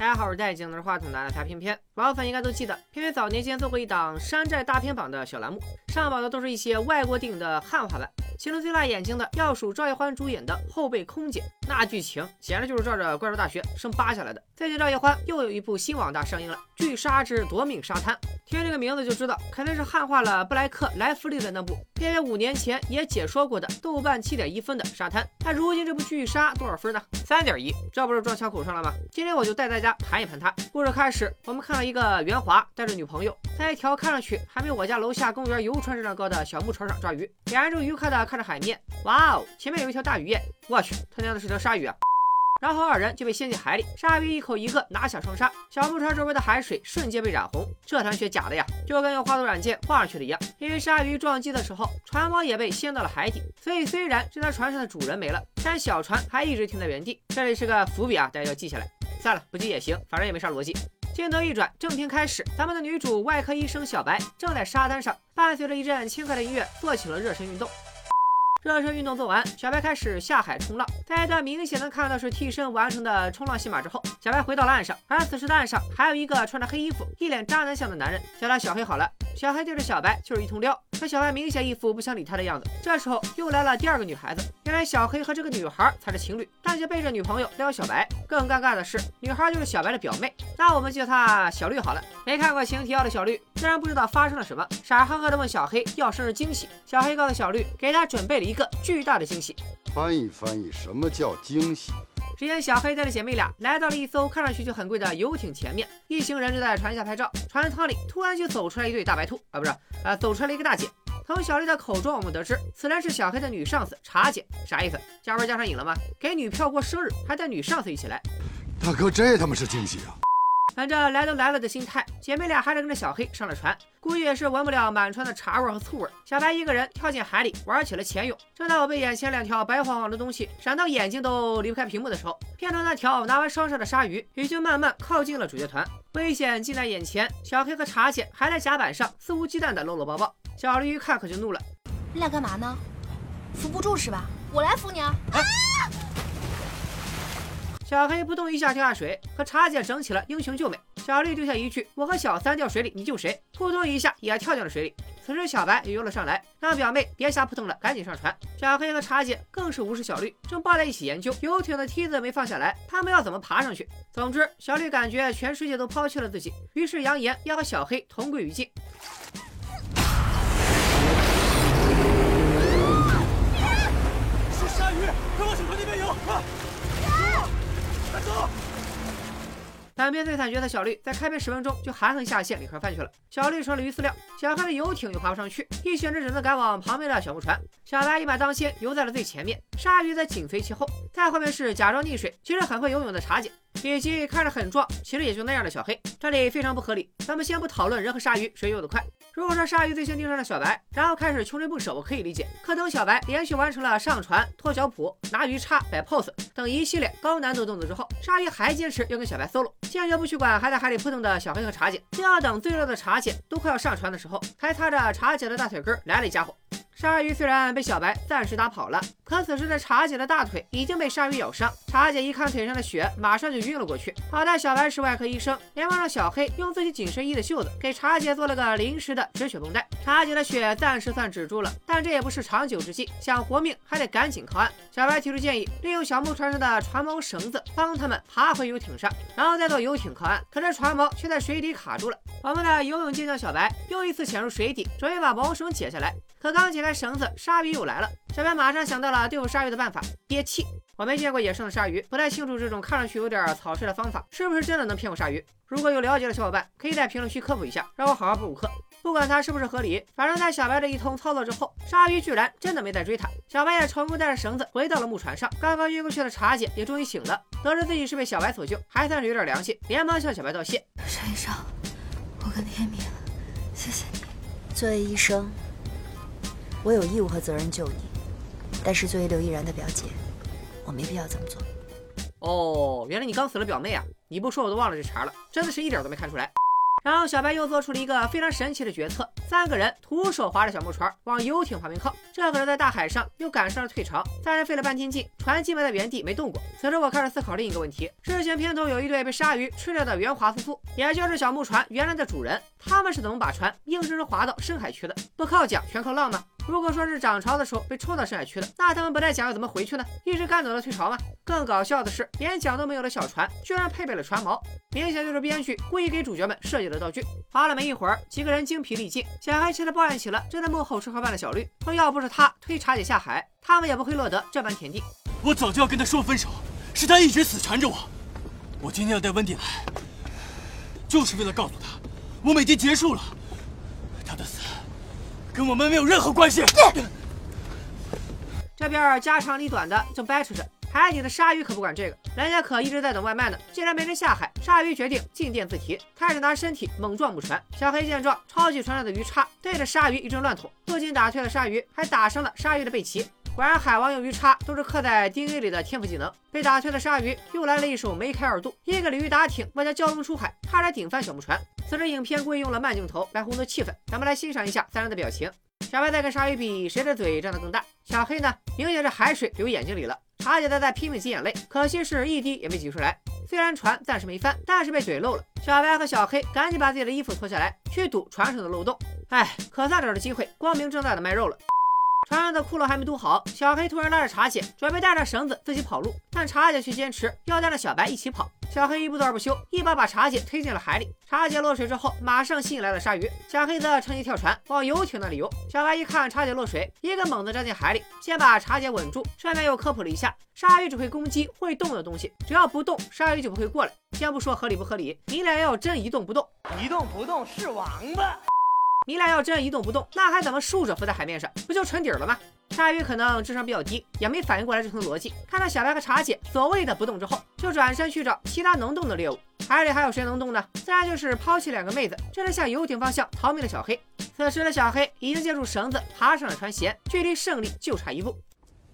大家好，我是戴镜拿着话筒的大片片。老粉应该都记得，片片早年间做过一档山寨大片榜的小栏目，上榜的都是一些外国电影的汉化版。其中最辣眼睛的要数赵奕欢主演的《后备空姐》，那剧情简直就是照着怪兽大学生扒下来的。最近赵奕欢又有一部新网大上映了，《巨鲨之夺命沙滩》。听这个名字就知道，肯定是汉化了布莱克莱弗利的那部片片5年前也解说过的豆瓣7.1分的《沙滩》。那如今这部巨鲨多少分呢？3.1，这不是撞枪口上了吗？今天我就带大家盘一盘它。故事开始，我们看到一个袁华带着女朋友，在一条看上去还没我家楼下公园游船质量高的小木船上抓鱼，两人正愉快的看着海面。哇哦，前面有一条大鱼耶！我去，他娘的是条鲨鱼啊！然后二人就被掀进海里，鲨鱼一口一个拿下双杀，小木船周围的海水瞬间被染红。这团血假的呀，就跟用画图软件画上去的一样。因为鲨鱼撞击的时候，船锚也被掀到了海底，所以虽然这条船上的主人没了，但小船还一直停在原地。这里是个伏笔啊，大家要记下来。算了，不记也行，反正也没啥逻辑。镜头一转，正片开始，咱们的女主外科医生小白正在沙滩上，伴随着一阵轻快的音乐做起了热身运动。热身运动做完，小白开始下海冲浪。在一段明显能看到是替身完成的冲浪戏码之后，小白回到了岸上，而此时的岸上还有一个穿着黑衣服、一脸渣男相的男人，叫他小黑好了。小黑对着小白就是一通撩，可小白明显一副不想理他的样子。这时候又来了第二个女孩子，原来小黑和这个女孩才是情侣，但却背着女朋友撩小白。更尴尬的是，女孩就是小白的表妹，那我们叫她小绿好了。没看过《情提要》的小绿自然不知道发生了什么，傻呵呵的问小黑要生日惊喜。小黑告诉小绿，给他准备了一个巨大的惊喜。 翻译翻译，什么叫惊喜？ 只见小黑带着姐妹俩来到了一艘看上去就很贵的游艇前面，一行人就在船下拍照。船舱里突然就走出来一对大白兔走出来了一个大姐。从小绿的口中我们得知，此人是小黑的女上司茶姐。啥意思？加班加上瘾了吗？给女票过生日还带女上司一起来？ 大哥，这他妈是惊喜啊！ 反正来都来了的心态，姐妹俩还是跟着小黑上了船，估计也是闻不了满船的茶味和醋味。小白一个人跳进海里玩起了潜泳。正当我被眼前两条白晃晃的东西闪到眼睛都离不开屏幕的时候，片头那条拿完双杀的鲨鱼也就慢慢靠近了主角团。危险近在眼前，小黑和茶姐还在甲板上肆无忌惮的搂搂抱抱。小绿一看可就怒了， 你俩干嘛呢？扶不住是吧？我来扶你啊！ 小黑扑通一下跳下水，和茶姐整起了英雄救美。小绿丢下一句我和小三掉水里你救谁，扑通一下也跳进了水里。此时小白也游了上来，让表妹别瞎扑腾了，赶紧上船。小黑和茶姐更是无视小绿，正抱在一起研究游艇的梯子没放下来，他们要怎么爬上去。总之小绿感觉全世界都抛弃了自己，于是扬言要和小黑同归于尽。 是鲨鱼，快往小船那边游！快走！ 本片最惨角色小绿在开篇10分钟就含恨下线领盒饭去了，小绿成了鱼饲料，小黑的游艇又爬不上去，一行人只能赶往旁边的小木船。小白一马当先游在了最前面，鲨鱼在紧随其后，再后面是假装溺水其实很会游泳的茶姐，以及看着很壮其实也就那样的小黑。这里非常不合理，咱们先不讨论人和鲨鱼谁游得快。如果说鲨鱼最先盯上了小白，然后开始穷追不舍，我可以理解。可等小白连续完成了上船、脱脚蹼、拿鱼叉、摆 pose 等一系列高难度动作之后，鲨鱼还坚持要跟小白 solo， 坚决不去管还在海里扑腾的小黑和茶姐。就要等最热的茶姐都快要上船的时候，还擦着茶姐的大腿根来了一家伙。鲨鱼虽然被小白暂时打跑了，可此时的茶姐的大腿已经被鲨鱼咬伤。茶姐一看腿上的血，马上就晕了过去。好在小白是外科医生，连忙让小黑用自己紧身衣的袖子给茶姐做了个临时的止血绷带。茶姐的血暂时算止住了，但这也不是长久之计，想活命还得赶紧靠岸。小白提出建议，利用小木船上的船锚绳子帮他们爬回游艇上，然后再坐游艇靠岸。可这船锚却在水底卡住了。我们的游泳健将小白又一次潜入水底，准备把锚绳解下来。可刚解开绳子，鲨鱼又来了。小白马上想到了对付鲨鱼的办法，憋气。我没见过野生的鲨鱼，不太清楚这种看上去有点草率的方法是不是真的能骗过鲨鱼。如果有了解的小伙伴，可以在评论区科普一下，让我好好补补课。不管它是不是合理，反正在小白的一通操作之后，鲨鱼居然真的没再追他。小白也成功带着绳子回到了木船上。刚刚晕过去的茶姐也终于醒了，得知自己是被小白所救，还算是有点良心，连忙向小白道谢。 沈医生，我跟天明，谢谢你。作为医生，我有义务和责任救你，但是作为刘依然的表姐，我没必要这么做。 哦，原来你刚死了表妹啊！你不说我都忘了这茬了，真的是一点都没看出来。 然后小白又做出了一个非常神奇的决策，3个人徒手划着小木船往游艇旁边靠。这可是在大海上又赶上了退潮，3人费了半天劲，船基本在原地没动过。此时我开始思考另一个问题：事情片头有一对被鲨鱼吃掉的圆滑夫妇，也就是小木船原来的主人，他们是怎么把船硬生生划到深海区的？不靠桨全靠浪吗？如果说是涨潮的时候被冲到深海区的，那他们不带桨要怎么回去呢？一直赶走了退潮吗？更搞笑的是，连桨都没有的小船居然配备了船锚，明显就是编剧故意给主角们设计的道具。划了没一会儿，几个人精疲力尽，小黑气得抱怨起了正在幕后吃盒饭的小绿，说要不是他推茶姐下海，他们也不会落得这般田地。 我早就要跟他说分手，是他一直死缠着我。我今天要带温迪来，就是为了告诉他，我们已经结束了，他的死跟我们没有任何关系。 这边家长里短的正掰扯着，海底的鲨鱼可不管这个，人家可一直在等外卖呢。既然没人下海，鲨鱼决定进店自提，开始拿身体猛撞木船。小黑见状，抄起船上的鱼叉，对着鲨鱼一阵乱捅，不仅打退了鲨鱼，还打伤了鲨鱼的背鳍。果然，海王用鱼叉都是刻在 DNA 里的天赋技能。被打退的鲨鱼又来了一手梅开二度，一个鲤鱼打挺，外加蛟龙出海，差点顶翻小木船。此时影片故意用了慢镜头来烘托气氛，咱们来欣赏一下3人的表情。小白在跟鲨鱼比谁的嘴张得更大，小黑呢明显是海水流眼睛里了。茶姐在拼命挤眼泪，可惜是一滴也没挤出来。虽然船暂时没翻，但是被怼漏了。小白和小黑赶紧把自己的衣服脱下来，去堵船上的漏洞。哎，可算找着机会，光明正大的卖肉了。船上的窟窿还没堵好，小黑突然拉着茶姐，准备带着绳子自己跑路，但茶姐却坚持要带着小白一起跑。小黑一不做二不休，一把茶姐推进了海里。茶姐落水之后，马上吸引来了鲨鱼。小黑则趁机跳船往游艇那里游。小白一看茶姐落水，一个猛子扎进海里，先把茶姐稳住。顺便又科普了一下，鲨鱼只会攻击会动的东西，只要不动，鲨鱼就不会过来。先不说合理不合理，你俩要真一动不动， 一动不动是王八。 你俩要真一动不动，那还怎么竖着浮在海面上？不就沉底了吗？鲨鱼可能智商比较低，也没反应过来这层逻辑。看到小白和茶姐所谓的不动之后，就转身去找其他能动的猎物。海里还有谁能动呢？自然就是抛弃2个妹子，正在向游艇方向逃命的小黑。此时的小黑已经借助绳子爬上了船舷，距离胜利就差1步。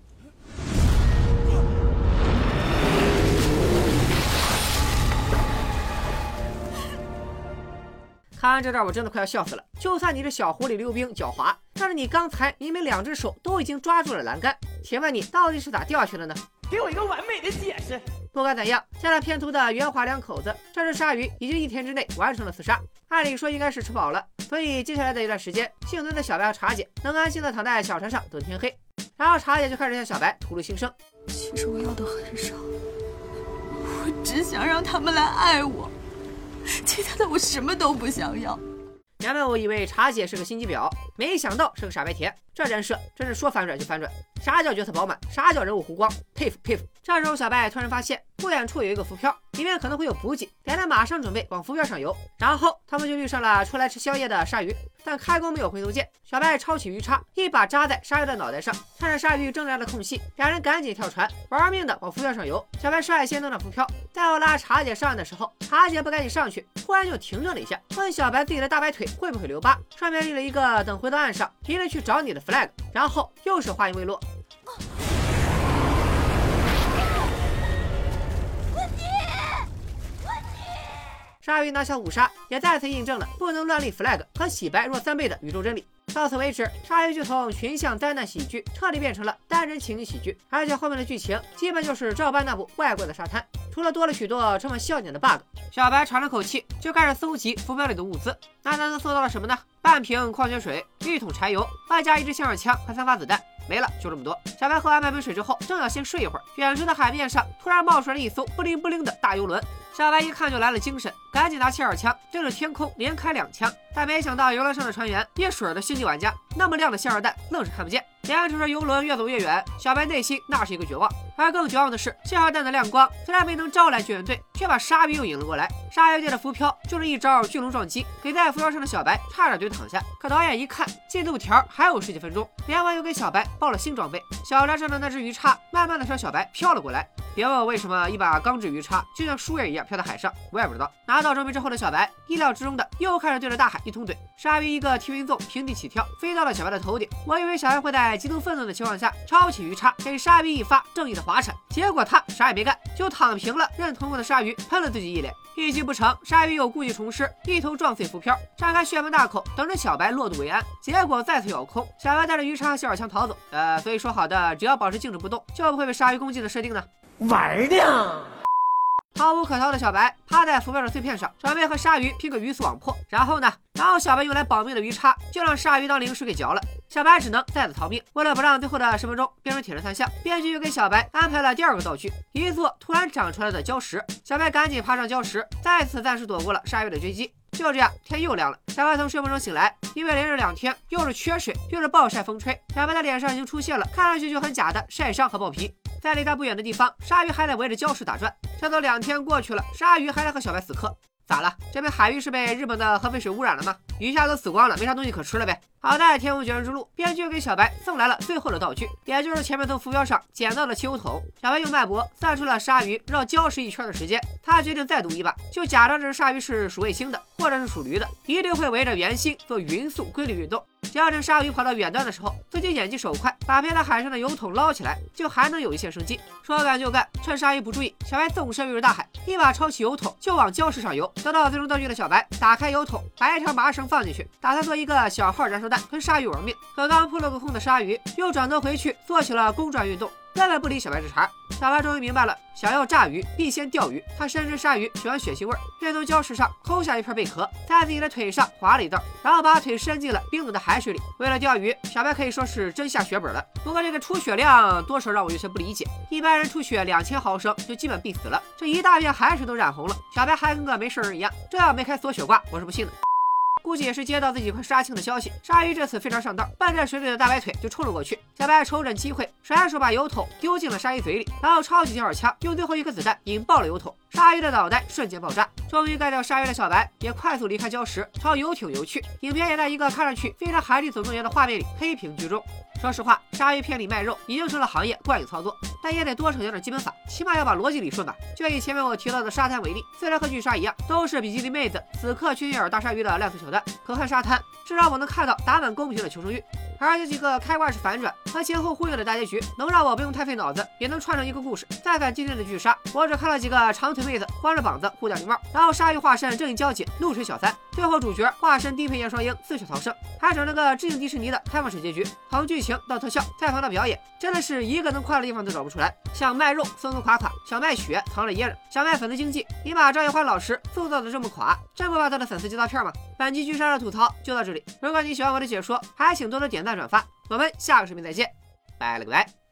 看完这段我真的快要笑死了。就算你是小狐狸溜冰狡猾，但是你刚才明明2只手都已经抓住了栏杆，请问你到底是咋掉下去的呢？ 给我一个完美的解释。 不管怎样，加了片头的圆滑2口子，这只鲨鱼已经1天之内完成了刺杀。按理说应该是吃饱了，所以接下来的一段时间，幸存的小白和茶姐能安心的躺在小船上等天黑。然后茶姐就开始向小白吐露心声。 其实我要的很少，我只想让他们来爱我，其他的我什么都不想要。 原本我以为茶姐是个心机婊，没想到是个傻白甜。这人设真是说反转就反转，啥叫角色饱满，啥叫人物弧光，佩服佩服。这时候小白突然发现不远处有一个浮漂，里面可能会有补给，点亮马上准备往浮漂上游。然后他们就遇上了出来吃宵夜的鲨鱼，但开弓没有回头箭。小白抄起鱼叉，一把扎在鲨鱼的脑袋上，趁着鲨鱼挣扎的空隙，2人赶紧跳船，玩命的往浮漂上游。小白率先登上浮漂，在要拉茶姐上岸的时候，茶姐不赶紧上去，突然就停顿了一下，问小白自己的大白腿会不会留疤，顺便立了一个等回到岸上一人去找你的 flag， 然后又是话音未落。鲨鱼拿小五杀，也再次印证了不能乱立 flag 和洗白若3倍的宇宙真理。到此为止，鲨鱼就从群像灾难喜剧彻底变成了单人情景喜剧，而且后面的剧情基本就是照搬那部外国的沙滩，除了多了许多充满笑点的 bug。小白喘了口气，就开始搜集浮标里的物资。那他能搜到了什么呢？半瓶矿泉水、1桶柴油，外加1支枪手枪和3发子弹，没了，就这么多。小白喝完半杯水之后，正要先睡一会儿，远处的海面上突然冒出来一艘不灵不灵的大游轮。小白一看就来了精神，赶紧拿7号枪对着天空连开2枪，但没想到游轮上的船员憋水的星际玩家，那么亮的信号弹愣是看不见。眼瞅着游轮越走越远，小白内心那是一个绝望。而更绝望的是，信号弹的亮光虽然没能招来救援队，却把鲨鱼又引了过来。鲨鱼队的浮漂就是一招巨龙撞击，给在浮漂上的小白差点怼躺下。可导演一看进度条还有10几分钟，连忙又给小白报了新装备。小船上的那只鱼叉慢慢的朝小白飘了过来。别问我为什么一把钢制鱼叉就像树叶一样飘在海上，我也不知道。拿到装备之后的小白意料之中的又开始对着大海一通怼。鲨鱼一个 T 云纵平地起跳，飞到了小白的头顶。我以为小白会在极度愤怒的情况下抄起鱼叉给鲨鱼一发正义的滑铲，结果他啥也没干，就躺平了，任通过的鲨鱼喷了自己一脸。一击不成，鲨鱼又故技重施，一头撞碎浮漂，张开血盆大口等着小白落肚为安，结果再次咬空，小白带着鱼叉和小饵枪逃走。所以说好的只要保持静止不动，就不会被鲨鱼攻击的设定呢？ 玩的。 逃无可逃的小白趴在浮漂的碎片上，准备和鲨鱼拼个鱼死网破。然后小白用来保命的鱼叉就让鲨鱼当零食给嚼了，小白只能再次逃命。为了不让最后的10分钟变成铁人三项，编剧又给小白安排了第2个道具，一座突然长出来的礁石。小白赶紧爬上礁石，再次暂时躲过了鲨鱼的追击。就这样，天又亮了，小白从睡梦中醒来，因为连着2天又是缺水又是暴晒风吹，小白的脸上已经出现了看上去就很假的晒伤和爆皮。在离他不远的地方，鲨鱼还在围着礁石打转。这都2天过去了，鲨鱼还在和小白死磕。咋了？这边海域是被日本的核废水污染了吗？鱼虾都死光了，没啥东西可吃了呗。好在天无绝人之路，编剧给小白送来了最后的道具，也就是前面从浮标上捡到的汽油桶。小白用脉搏算出了鲨鱼绕礁石一圈的时间，他决定再赌一把，就假装这鲨鱼是属卫星的，或者是属驴的，一定会围着圆心做匀速规律运动。只要等鲨鱼跑到远端的时候，自己眼疾手快，把漂在海上的油桶捞起来，就还能有一线生机。说干就干，趁鲨鱼不注意，小白纵身跃入大海，一把抄起油桶就往礁石上游。得到最终道具的小白打开油桶，把一条麻绳放进去，打算做一个小号燃烧弹跟鲨鱼玩命。可刚扑了个空的鲨鱼又转头回去做起了公转运动，根本不理小白这茬。小白终于明白了，想要炸鱼必先钓鱼。他深知鲨鱼喜欢血腥味，便从礁石上抠下一片贝壳，在自己的腿上划了一道，然后把腿伸进了冰冷的海水里。为了钓鱼，小白可以说是真下血本了。不过这个出血量多少让我有些不理解，一般人出血2000毫升就基本必死了，这一大片海水都染红了，小白还跟个没事人一样，这要没开锁血挂，我是不信的。估计也是接到自己快杀青的消息，鲨鱼这次非常上道，奔着水里的大白腿就冲了过去。小白瞅准机会，甩手把油桶丢进了鲨鱼嘴里，然后抄起小饵枪，用最后一颗子弹引爆了油桶，鲨鱼的脑袋瞬间爆炸。终于干掉鲨鱼的小白也快速离开礁石，朝游艇游去。影片也在一个看上去非常海底总动员的画面里黑屏居中。说实话，鲨鱼片里卖肉已经成了行业惯有操作，但也得多少有点基本法，起码要把逻辑理顺吧。就以前面我提到的沙滩为例，虽然和巨鲨一样都是比基尼妹子此刻缺心眼大鲨鱼的烂碎桥段，可看沙滩至少我能看到打满公平的求生欲，而且几个开挂式反转和前后呼应的大结局能让我不用太费脑子也能串成一个故事。再看今天的巨鲨，我只看了几个长腿妹子光着膀子互掉绿帽，然后鲨鱼化身正义交警怒锤小三，最后主角化身低配叶双鹰自血逃生，还整了个致敬迪士尼的开放式结局。从剧情到特效再放到表演，真的是一个能夸的地方都找不出来。想卖肉松松垮垮，想卖血藏着掖着，想卖粉丝经济，你把赵叶欢老师塑造的这么垮，真不怕他的粉丝接大片吗？本期巨鲨的吐槽就到这里，如果你喜欢我的解说，还请多多点赞转发，我们下个视频再见，拜了个拜。